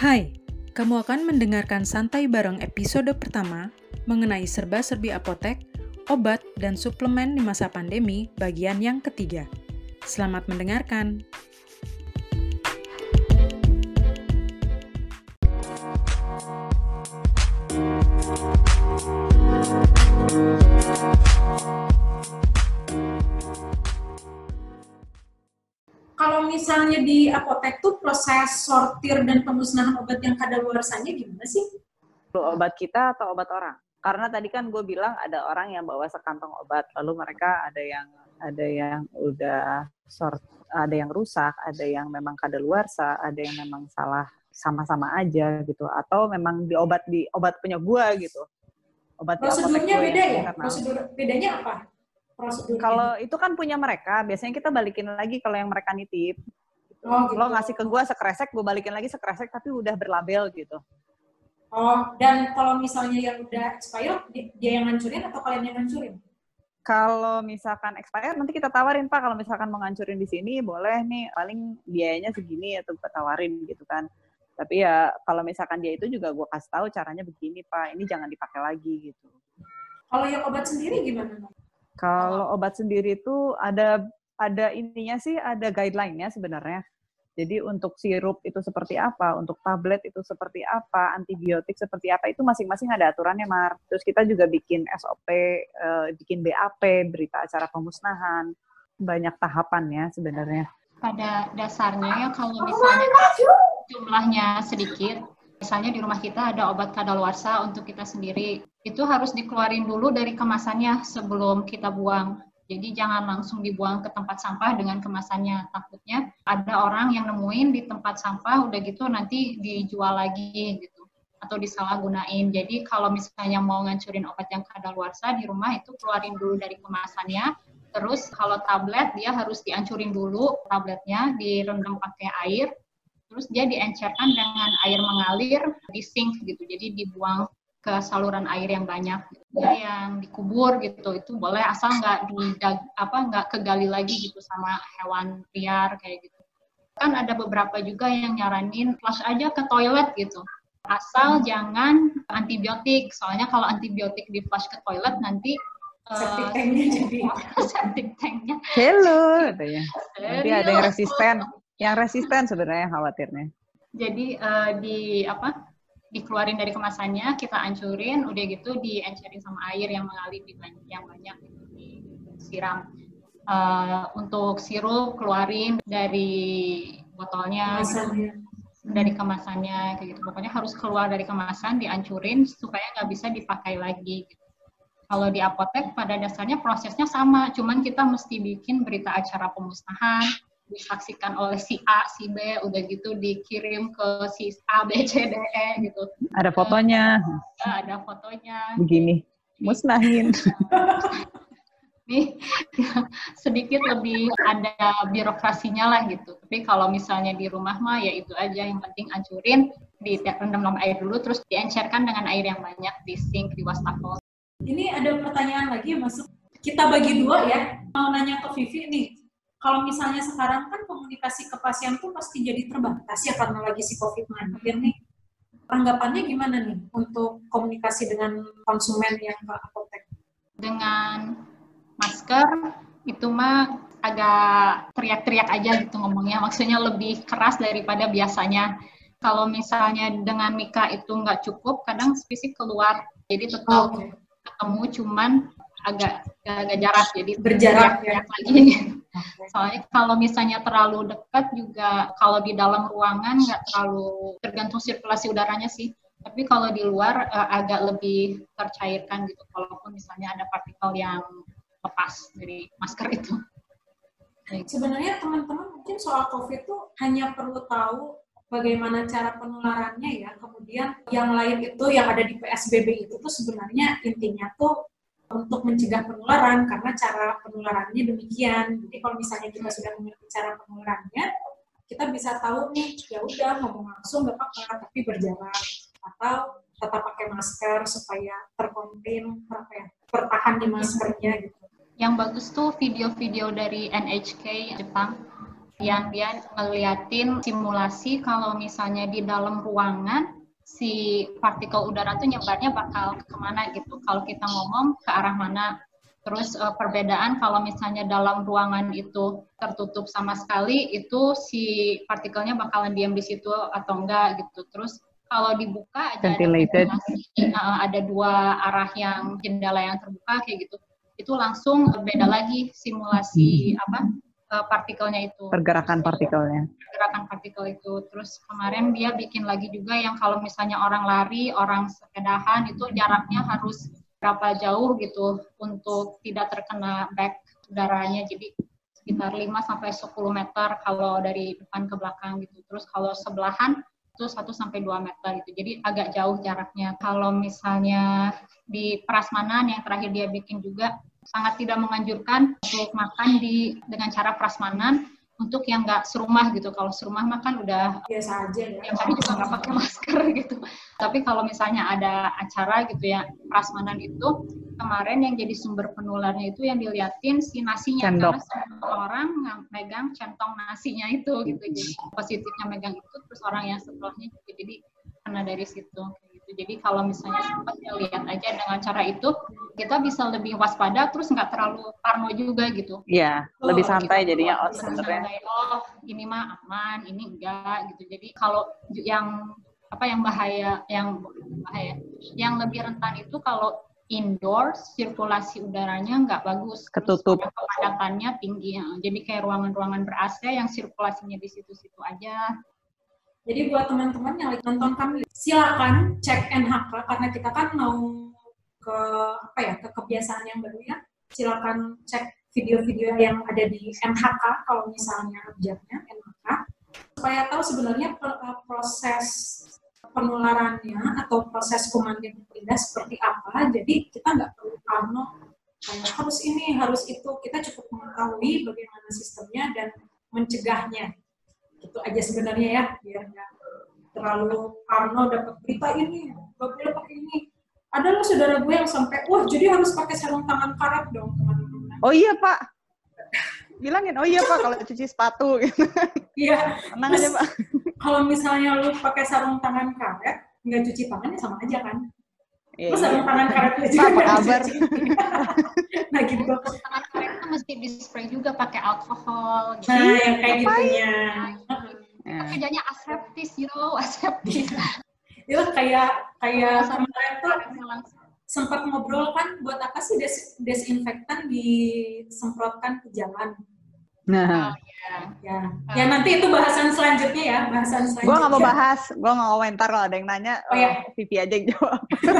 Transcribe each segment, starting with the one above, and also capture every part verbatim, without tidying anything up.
Hai, kamu akan mendengarkan Santai Bareng episode pertama mengenai serba-serbi apotek, obat, dan suplemen di masa pandemi bagian yang ketiga. Selamat mendengarkan! Kalau misalnya di apotek tuh proses sortir dan pemusnahan obat yang kadaluarsanya gimana sih? Obat kita atau obat orang? Karena tadi kan gue bilang ada orang yang bawa sekantong obat, lalu mereka ada yang ada yang udah sort, ada yang rusak, ada yang memang kadaluarsa, ada yang memang salah sama-sama aja gitu, atau memang di obat di obat punya gue gitu. Obat prosedurnya beda ya? Prosedur bedanya apa? Prosedurnya. Kalau itu kan punya mereka, biasanya kita balikin lagi kalau yang mereka nitip. Oh, gitu. Lo ngasih ke gue sekresek, gue balikin lagi sekresek, tapi udah berlabel gitu. Oh, dan kalau misalnya yang udah expired, dia yang ngancurin atau kalian yang ngancurin? Kalau misalkan expired, nanti kita tawarin, Pak, kalau misalkan mau ngancurin di sini, boleh nih, paling biayanya segini, atau kita tawarin gitu kan. Tapi ya, kalau misalkan dia itu juga gue kasih tahu caranya begini, Pak, ini jangan dipakai lagi gitu. Kalau yang obat sendiri gimana? Kalau obat sendiri itu ada ada intinya sih, ada guideline-nya sebenarnya. Jadi untuk sirup itu seperti apa, untuk tablet itu seperti apa, antibiotik seperti apa, itu masing-masing ada aturannya, Mar. Terus kita juga bikin S O P, uh, bikin B A P, berita acara pemusnahan, banyak tahapannya sebenarnya. Pada dasarnya ya kalau misalnya jumlahnya sedikit, misalnya di rumah kita ada obat kadaluarsa untuk kita sendiri, itu harus dikeluarin dulu dari kemasannya sebelum kita buang. Jadi jangan langsung dibuang ke tempat sampah dengan kemasannya. Takutnya ada orang yang nemuin di tempat sampah, udah gitu nanti dijual lagi gitu, atau disalahgunain. Jadi kalau misalnya mau ngancurin obat yang kadaluarsa di rumah, itu keluarin dulu dari kemasannya. Terus kalau tablet, dia harus dihancurin dulu tabletnya, direndam pakai air. Terus dia diencerkan dengan air mengalir di sink gitu, jadi dibuang ke saluran air yang banyak. Jadi yang dikubur gitu, itu boleh asal nggak di apa nggak kegali lagi gitu sama hewan liar kayak gitu. Kan ada beberapa juga yang nyaranin flush aja ke toilet gitu, asal jangan antibiotik. Soalnya kalau antibiotik di flush ke toilet nanti septic tanknya jadi septic tanknya. Hello, katanya. Nanti ada yang resisten. Yang resisten sebenarnya khawatirnya. Jadi uh, di apa dikeluarin dari kemasannya, kita ancurin, udah gitu diencerin sama air yang mengalir di banyak, yang banyak gitu, disiram. Uh, untuk sirup keluarin dari botolnya, gitu, dari kemasannya kayak gitu. Pokoknya harus keluar dari kemasan, diancurin supaya nggak bisa dipakai lagi. Gitu. Kalau di apotek pada dasarnya prosesnya sama, cuman kita mesti bikin berita acara pemusnahan, disaksikan oleh si A, si B, udah gitu dikirim ke si A, B, C, D, E gitu. Ada fotonya. Uh, ada fotonya. Begini, musnahin. Nih, sedikit lebih ada birokrasinya lah gitu. Tapi kalau misalnya di rumah mah ya itu aja, yang penting ancurin, direndam dalam air dulu, terus diencerkan dengan air yang banyak di sink, di wastafel. Ini ada pertanyaan lagi masuk. Kita bagi dua ya. Mau nanya ke Vivi nih. Kalau misalnya sekarang kan komunikasi ke pasien tuh pasti jadi terbatas ya karena lagi si covid sembilan belas nih. Tanggapannya gimana nih untuk komunikasi dengan konsumen yang ke apotek? Dengan masker itu mah agak teriak-teriak aja gitu ngomongnya. Maksudnya lebih keras daripada biasanya. Kalau misalnya dengan Mika itu nggak cukup, kadang fisik keluar. Jadi tetap oh, okay. ketemu cuman agak agak jarak, jadi berjarak ya lagi. Soalnya kalau misalnya terlalu dekat juga, kalau di dalam ruangan nggak terlalu tergantung sirkulasi udaranya sih. Tapi kalau di luar uh, agak lebih tercairkan gitu, walaupun misalnya ada partikel yang lepas dari masker itu. Sebenarnya teman-teman mungkin soal COVID itu hanya perlu tahu bagaimana cara penularannya ya. Kemudian yang lain itu yang ada di P S B B itu tuh sebenarnya intinya tuh untuk mencegah penularan, karena cara penularannya demikian. Jadi kalau misalnya kita sudah mengerti cara penularannya, kita bisa tahu nih, ya udah ngomong langsung nggak apa-apa, tapi berjarak atau tetap pakai masker supaya terkonten, apa ya, bertahan di maskernya gitu. Yang bagus tuh video-video dari N H K Jepang. yang dia ngeliatin simulasi kalau misalnya di dalam ruangan si partikel udara tuh nyebarnya bakal kemana gitu. Kalau kita ngomong ke arah mana. Terus uh, perbedaan kalau misalnya dalam ruangan itu tertutup sama sekali, itu si partikelnya bakalan diam di situ atau enggak gitu. Terus kalau dibuka aja ada ventilasi, uh, ada dua arah yang jendela yang terbuka kayak gitu. Itu langsung beda lagi simulasi apa uh, partikelnya itu. Pergerakan Terus, partikelnya. Pergerakan partikel itu. Terus kemarin dia bikin lagi juga yang kalau misalnya orang lari, orang sepedahan itu jaraknya harus berapa jauh gitu untuk tidak terkena back udaranya. Jadi sekitar lima sampai sepuluh meter kalau dari depan ke belakang gitu. Terus kalau sebelahan itu satu sampai dua meter gitu. Jadi agak jauh jaraknya. Kalau misalnya di prasmanan yang terakhir dia bikin juga sangat tidak menganjurkan untuk makan di dengan cara prasmanan untuk yang nggak serumah gitu. Kalau serumah makan udah biasa aja ya. Yang tadi juga nggak pakai masker gitu. Tapi kalau misalnya ada acara gitu ya, prasmanan itu kemarin yang jadi sumber penularnya itu yang diliatin si nasinya. Sendok. Karena semua orang megang centong nasinya itu gitu. Jadi positifnya megang itu, terus orang yang setelahnya juga jadi kena dari situ. Gitu. Jadi kalau misalnya sempat ya lihat aja dengan cara itu, kita bisa lebih waspada, terus nggak terlalu parno juga gitu. Iya, Oh, lebih santai gitu. jadinya. Oh, Lebih sebenarnya. santai. Oh, ini mah aman, ini enggak gitu. Jadi kalau yang apa yang bahaya, yang bahaya, yang lebih rentan itu kalau indoors sirkulasi udaranya nggak bagus, ketutup, terus kepadatannya tinggi. Ya. Jadi kayak ruangan-ruangan ber-A C yang sirkulasinya di situ-situ aja. Jadi buat teman-teman yang lagi nonton kami, silakan cek N H K karena kita kan mau ke apa ya ke kebiasaan yang baru ya. Silakan cek video-video yang ada di N H K kalau misalnya objeknya N H K supaya tahu sebenarnya proses penularannya atau proses kuman yang berpindah seperti apa. Jadi kita nggak perlu parno kayak harus ini harus itu. Kita cukup mengetahui bagaimana sistemnya dan mencegahnya. Itu aja sebenarnya ya, biar nggak terlalu parno dapat berita ini, nggak boleh pakai ini. Ada loh saudara gue yang sampai, wah jadi harus pakai sarung tangan karet dong teman-teman. Oh iya Pak, bilangin, oh iya Pak kalau cuci sepatu gitu. Iya. Tenang aja Pak. Kalau misalnya lu pakai sarung tangan karet, nggak cuci tangannya sama aja kan? Iya, Terus sarung iya. tangan karetnya juga Apa kabar? Nah gitu. Sarung tangan karet itu mesti di spray juga pakai alkohol. Gitu. Nah yang kayak gitunya. Nah, kerjanya aseptis, you know, aseptis. Itu kayak kayak kemarin tuh langsung. sempat ngobrol kan buat apa sih des desinfektan disemprotkan ke jalan. Nah, ya, ya, ya nanti itu bahasan selanjutnya ya, bahasan selanjutnya. Gue nggak mau bahas, gue nggak mau komentar kalau ada yang nanya, oh, ya. Vivi aja yang jawab.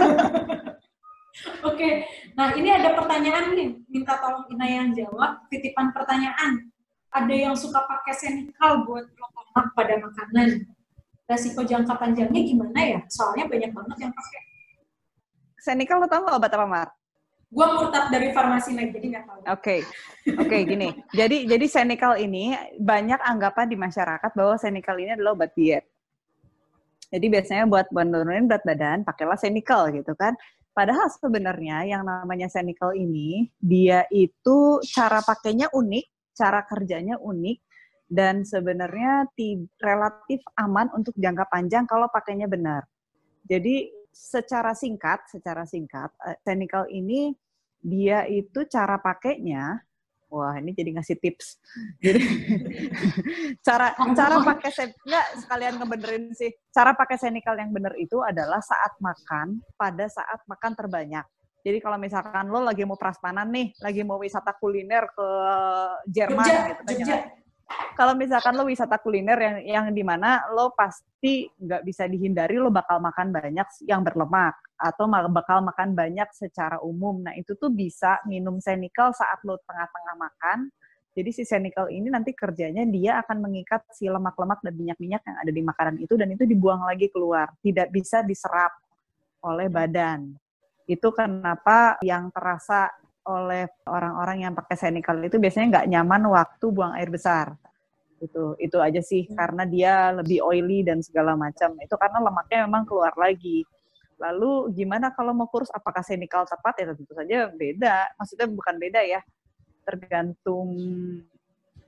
Oke, okay. Nah ini ada pertanyaan nih, minta tolong Ina yang jawab, titipan pertanyaan. Ada yang suka pakai senikal buat lemak pada makanan. Resiko jangka panjangnya gimana ya? Soalnya banyak banget yang pakai. Senikal lo tau nggak obat apa, Mar? Gue murtad dari farmasi lagi, jadi nggak tahu. Oke, okay. oke okay, gini. Jadi jadi senikal ini banyak anggapan di masyarakat bahwa senikal ini adalah obat diet. Jadi biasanya buat menurunin berat badan, pakailah senikal gitu kan. Padahal sebenarnya yang namanya senikal ini, dia itu cara pakainya unik, cara kerjanya unik, dan sebenarnya relatif aman untuk jangka panjang kalau pakainya benar. Jadi secara singkat, secara singkat, senikal ini dia itu cara pakainya, wah ini jadi ngasih tips. Jadi cara cara pakai enggak sekalian ngebenerin sih. Cara pakai senikal yang benar itu adalah saat makan, pada saat makan terbanyak. Jadi kalau misalkan lo lagi mau prasmanan nih, lagi mau wisata kuliner ke Jerman Jogja, gitu kan. Jogja. Kalau misalkan lo wisata kuliner yang yang di mana lo pasti nggak bisa dihindari lo bakal makan banyak yang berlemak atau bakal makan banyak secara umum. Nah itu tuh bisa minum senikal saat lo tengah-tengah makan. Jadi si senikal ini nanti kerjanya dia akan mengikat si lemak-lemak dan minyak-minyak yang ada di makanan itu dan itu dibuang lagi keluar. Tidak bisa diserap oleh badan. Itu kenapa yang terasa oleh orang-orang yang pakai senikal itu biasanya nggak nyaman waktu buang air besar. Itu itu aja sih, hmm. karena dia lebih oily dan segala macam. Itu karena lemaknya memang keluar lagi. Lalu gimana kalau mau kurus, apakah senikal tepat? Ya tentu saja beda. Maksudnya bukan beda ya, tergantung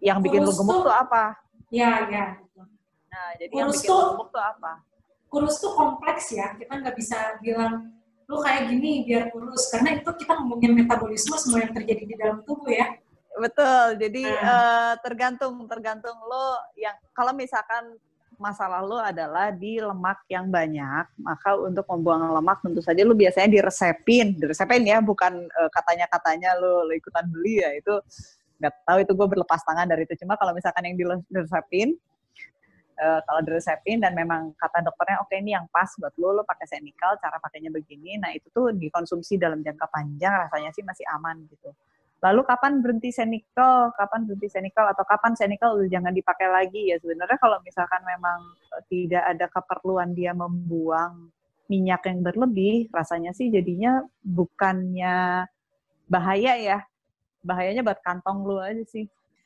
yang bikin Kurus lu gemuk tuh- tuh apa? Ya, ya. Nah, jadi Kurus yang bikin tuh- lu gemuk tuh apa? Kurus tuh kompleks ya, kita nggak bisa bilang lu kayak gini biar kurus, karena itu kita ngomongin metabolisme semua yang terjadi di dalam tubuh ya. Betul. Jadi Nah. eh, tergantung tergantung lo yang kalau misalkan masalah lo adalah di lemak yang banyak, maka untuk membuang lemak tentu saja lo biasanya diresepin, diresepin ya, bukan eh, katanya-katanya lo, lo ikutan beli ya, itu nggak tahu, itu gue berlepas tangan dari itu. Cuma kalau misalkan yang diresepin, uh, kalau diresepin dan memang kata dokternya oke okay, ini yang pas buat lo, lo pakai Xenical, cara pakainya begini, nah itu tuh dikonsumsi dalam jangka panjang rasanya sih masih aman gitu. Lalu kapan berhenti Xenical, kapan berhenti Xenical, atau kapan Xenical udah jangan dipakai lagi ya, sebenarnya kalau misalkan memang tidak ada keperluan dia membuang minyak yang berlebih, rasanya sih jadinya bukannya bahaya ya, bahayanya buat kantong lu aja sih.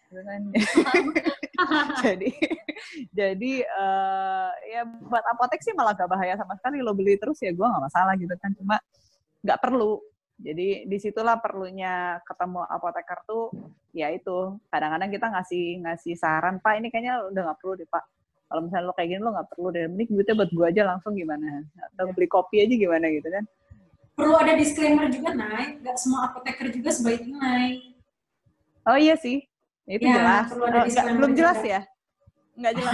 jadi jadi uh, ya buat apotek sih malah gak bahaya sama sekali, lo beli terus ya gue gak masalah gitu kan, cuma gak perlu. Jadi disitulah perlunya ketemu apoteker tuh, ya itu kadang-kadang kita ngasih ngasih saran, Pak ini kayaknya udah gak perlu deh Pak, kalau misalnya lo kayak gini lo gak perlu deh, mending duitnya buat gue aja langsung gimana, atau beli kopi aja gimana gitu kan. Perlu ada disclaimer juga, Nay, gak semua apoteker juga sebaik Nay. Oh iya sih, itu ya, jelas. Perlu ada oh, enggak, belum jelas juga. Ya? Nggak jelas.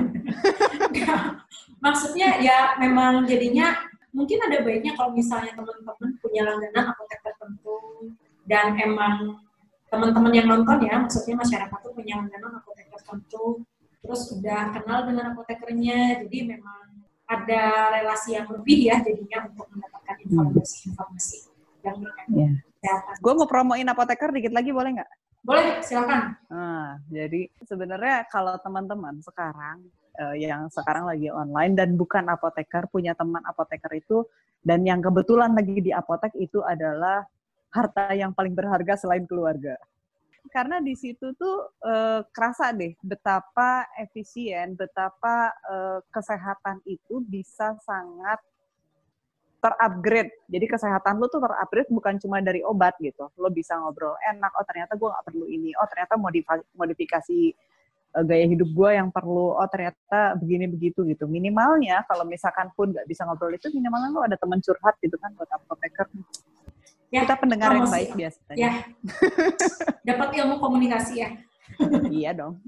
Maksudnya ya memang jadinya mungkin ada baiknya kalau misalnya teman-teman punya langganan apotek tertentu dan emang teman-teman yang nonton ya, maksudnya masyarakat tuh punya langganan apotek tertentu, terus udah kenal dengan apotekernya, jadi memang ada relasi yang lebih ya jadinya untuk mendapatkan informasi-informasi yang berkaitan yeah. kesehatan. Gue mau promoin apoteker dikit lagi boleh nggak? Boleh, silakan. Nah, jadi sebenarnya kalau teman-teman sekarang uh, yang sekarang lagi online dan bukan apoteker, punya teman apoteker itu, dan yang kebetulan lagi di apotek itu adalah harta yang paling berharga selain keluarga. Karena di situ tuh uh, kerasa deh betapa efisien, betapa uh, kesehatan itu bisa sangat terupgrade. Jadi kesehatan lu tuh terupgrade bukan cuma dari obat gitu. Lo bisa ngobrol enak, oh ternyata gue gak perlu ini, oh ternyata modifikasi, modifikasi uh, gaya hidup gue yang perlu, oh ternyata begini-begitu gitu. Minimalnya kalau misalkan pun gak bisa ngobrol itu, minimalnya lo ada teman curhat gitu kan buat apoteker. Ya, kita pendengar yang baik biasanya. Ya. Dapat ilmu komunikasi ya. Iya dong.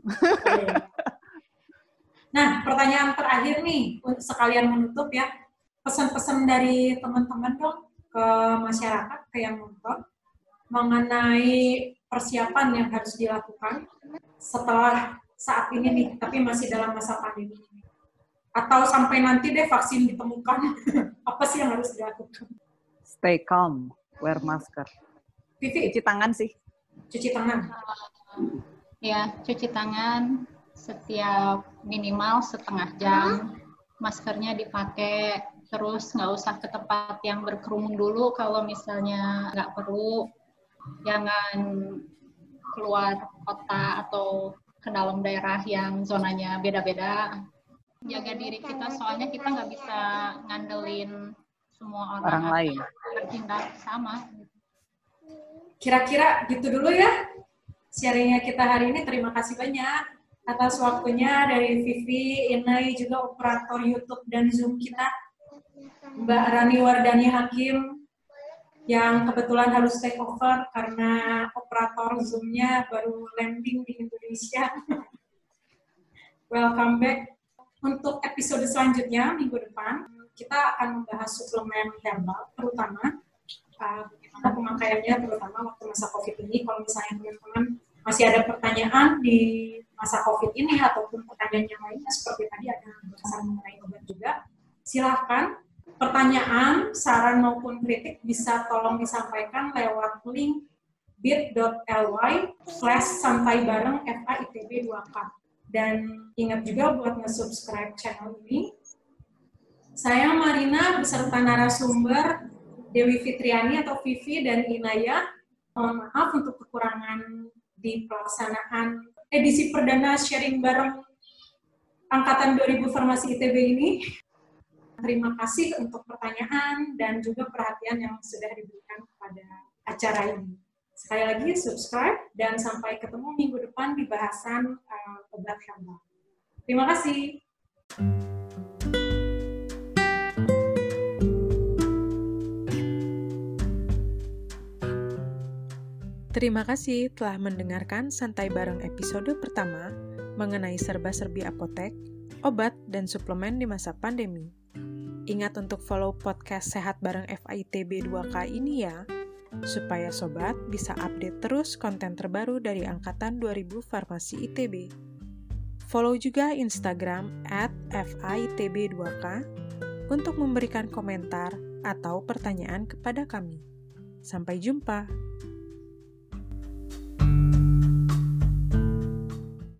Nah, pertanyaan terakhir nih, untuk sekalian menutup ya. Pesan-pesan dari teman-teman dong ke masyarakat, ke yang nonton, mengenai persiapan yang harus dilakukan setelah saat ini nih, tapi masih dalam masa pandemi ini. Atau sampai nanti deh vaksin ditemukan, apa sih yang harus dilakukan? Stay calm, wear masker. Vivi? Cuci tangan sih. Cuci tangan? Ya, cuci tangan setiap minimal setengah jam. Maskernya dipakai, terus nggak usah ke tempat yang berkerumun dulu kalau misalnya nggak perlu. Jangan keluar kota atau ke dalam daerah yang zonanya beda-beda. Jaga diri kita, soalnya kita nggak bisa ngandelin semua orang, orang lain bertindak sama. Kira-kira gitu dulu ya sharingnya kita hari ini. Terima kasih banyak atas waktunya dari Vivi, Inai, juga operator YouTube dan Zoom kita, Mbak Rani Wardani Hakim, yang kebetulan harus take over karena operator Zoom-nya baru landing di Indonesia. Welcome back. Untuk episode selanjutnya, minggu depan, kita akan membahas suplemen herbal, terutama uh, bagaimana pemakaiannya, terutama waktu masa COVID ini. Kalau misalnya teman-teman masih ada pertanyaan di masa COVID ini, ataupun pertanyaan yang lainnya, seperti tadi ada bahasan mengenai obat juga, silahkan pertanyaan, saran maupun kritik bisa tolong disampaikan lewat link bit.ly slash santai bareng F A I T B dua K. Dan ingat juga buat nge-subscribe channel ini. Saya Marina beserta narasumber Dewi Fitriani atau Vivi dan Inaya. Mohon maaf untuk kekurangan di pelaksanaan edisi perdana sharing bareng Angkatan dua ribu Farmasi I T B ini. Terima kasih untuk pertanyaan dan juga perhatian yang sudah diberikan kepada acara ini. Sekali lagi subscribe dan sampai ketemu minggu depan di bahasan uh, obat herbal. Terima kasih. Terima kasih telah mendengarkan Santai Bareng episode pertama mengenai serba-serbi apotek, obat, dan suplemen di masa pandemi. Ingat untuk follow podcast Sehat Bareng F I T B dua K ini ya, supaya sobat bisa update terus konten terbaru dari Angkatan dua ribu Farmasi I T B. Follow juga Instagram at F I T B dua K untuk memberikan komentar atau pertanyaan kepada kami. Sampai jumpa!